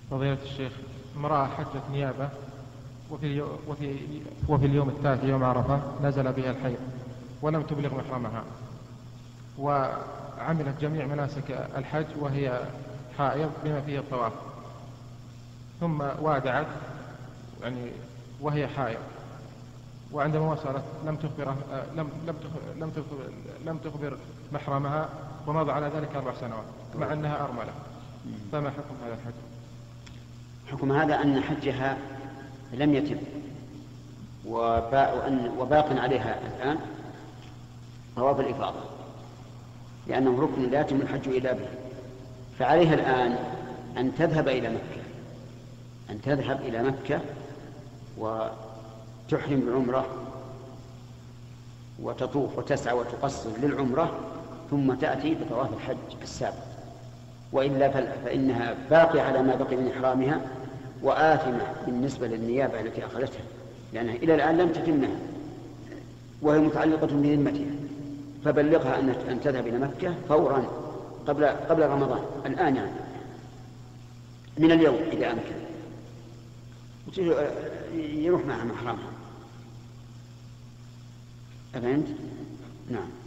فضيلة الشيخ، امرأة حجت نيابة وفي اليوم التالي يوم عرفة نزل بها الحيض ولم تبلغ محرمها، وعملت جميع مناسك الحج وهي حائض بما فيه الطواف، ثم وادعت يعني وهي حائض، وعندما وصلت لم تخبر محرمها، ومضى على ذلك 4 سنوات مع أنها أرملة، فما حكم هذا الحج؟ حكم هذا أن حجها لم يتم، وباق عليها الآن طواف الإفاضة، لأنه ركن لا يتم الحج إلا به. فعليها الآن أن تذهب إلى مكة وتحرم بعمرة وتطوف وتسعى وتقصر للعمرة، ثم تأتي بطواف الحج السابق، وإلا فإنها باقية على ما بقي من إحرامها وآثمة بالنسبة للنيابة التي أخذتها، لأنها إلى الآن لم تتمها وهي متعلقة بذمتها. فبلغها أن تذهب إلى مكة فورا قبل رمضان الآن، يعني من اليوم إذا أمكن، يروح معها محرمها. أفهمت؟ نعم.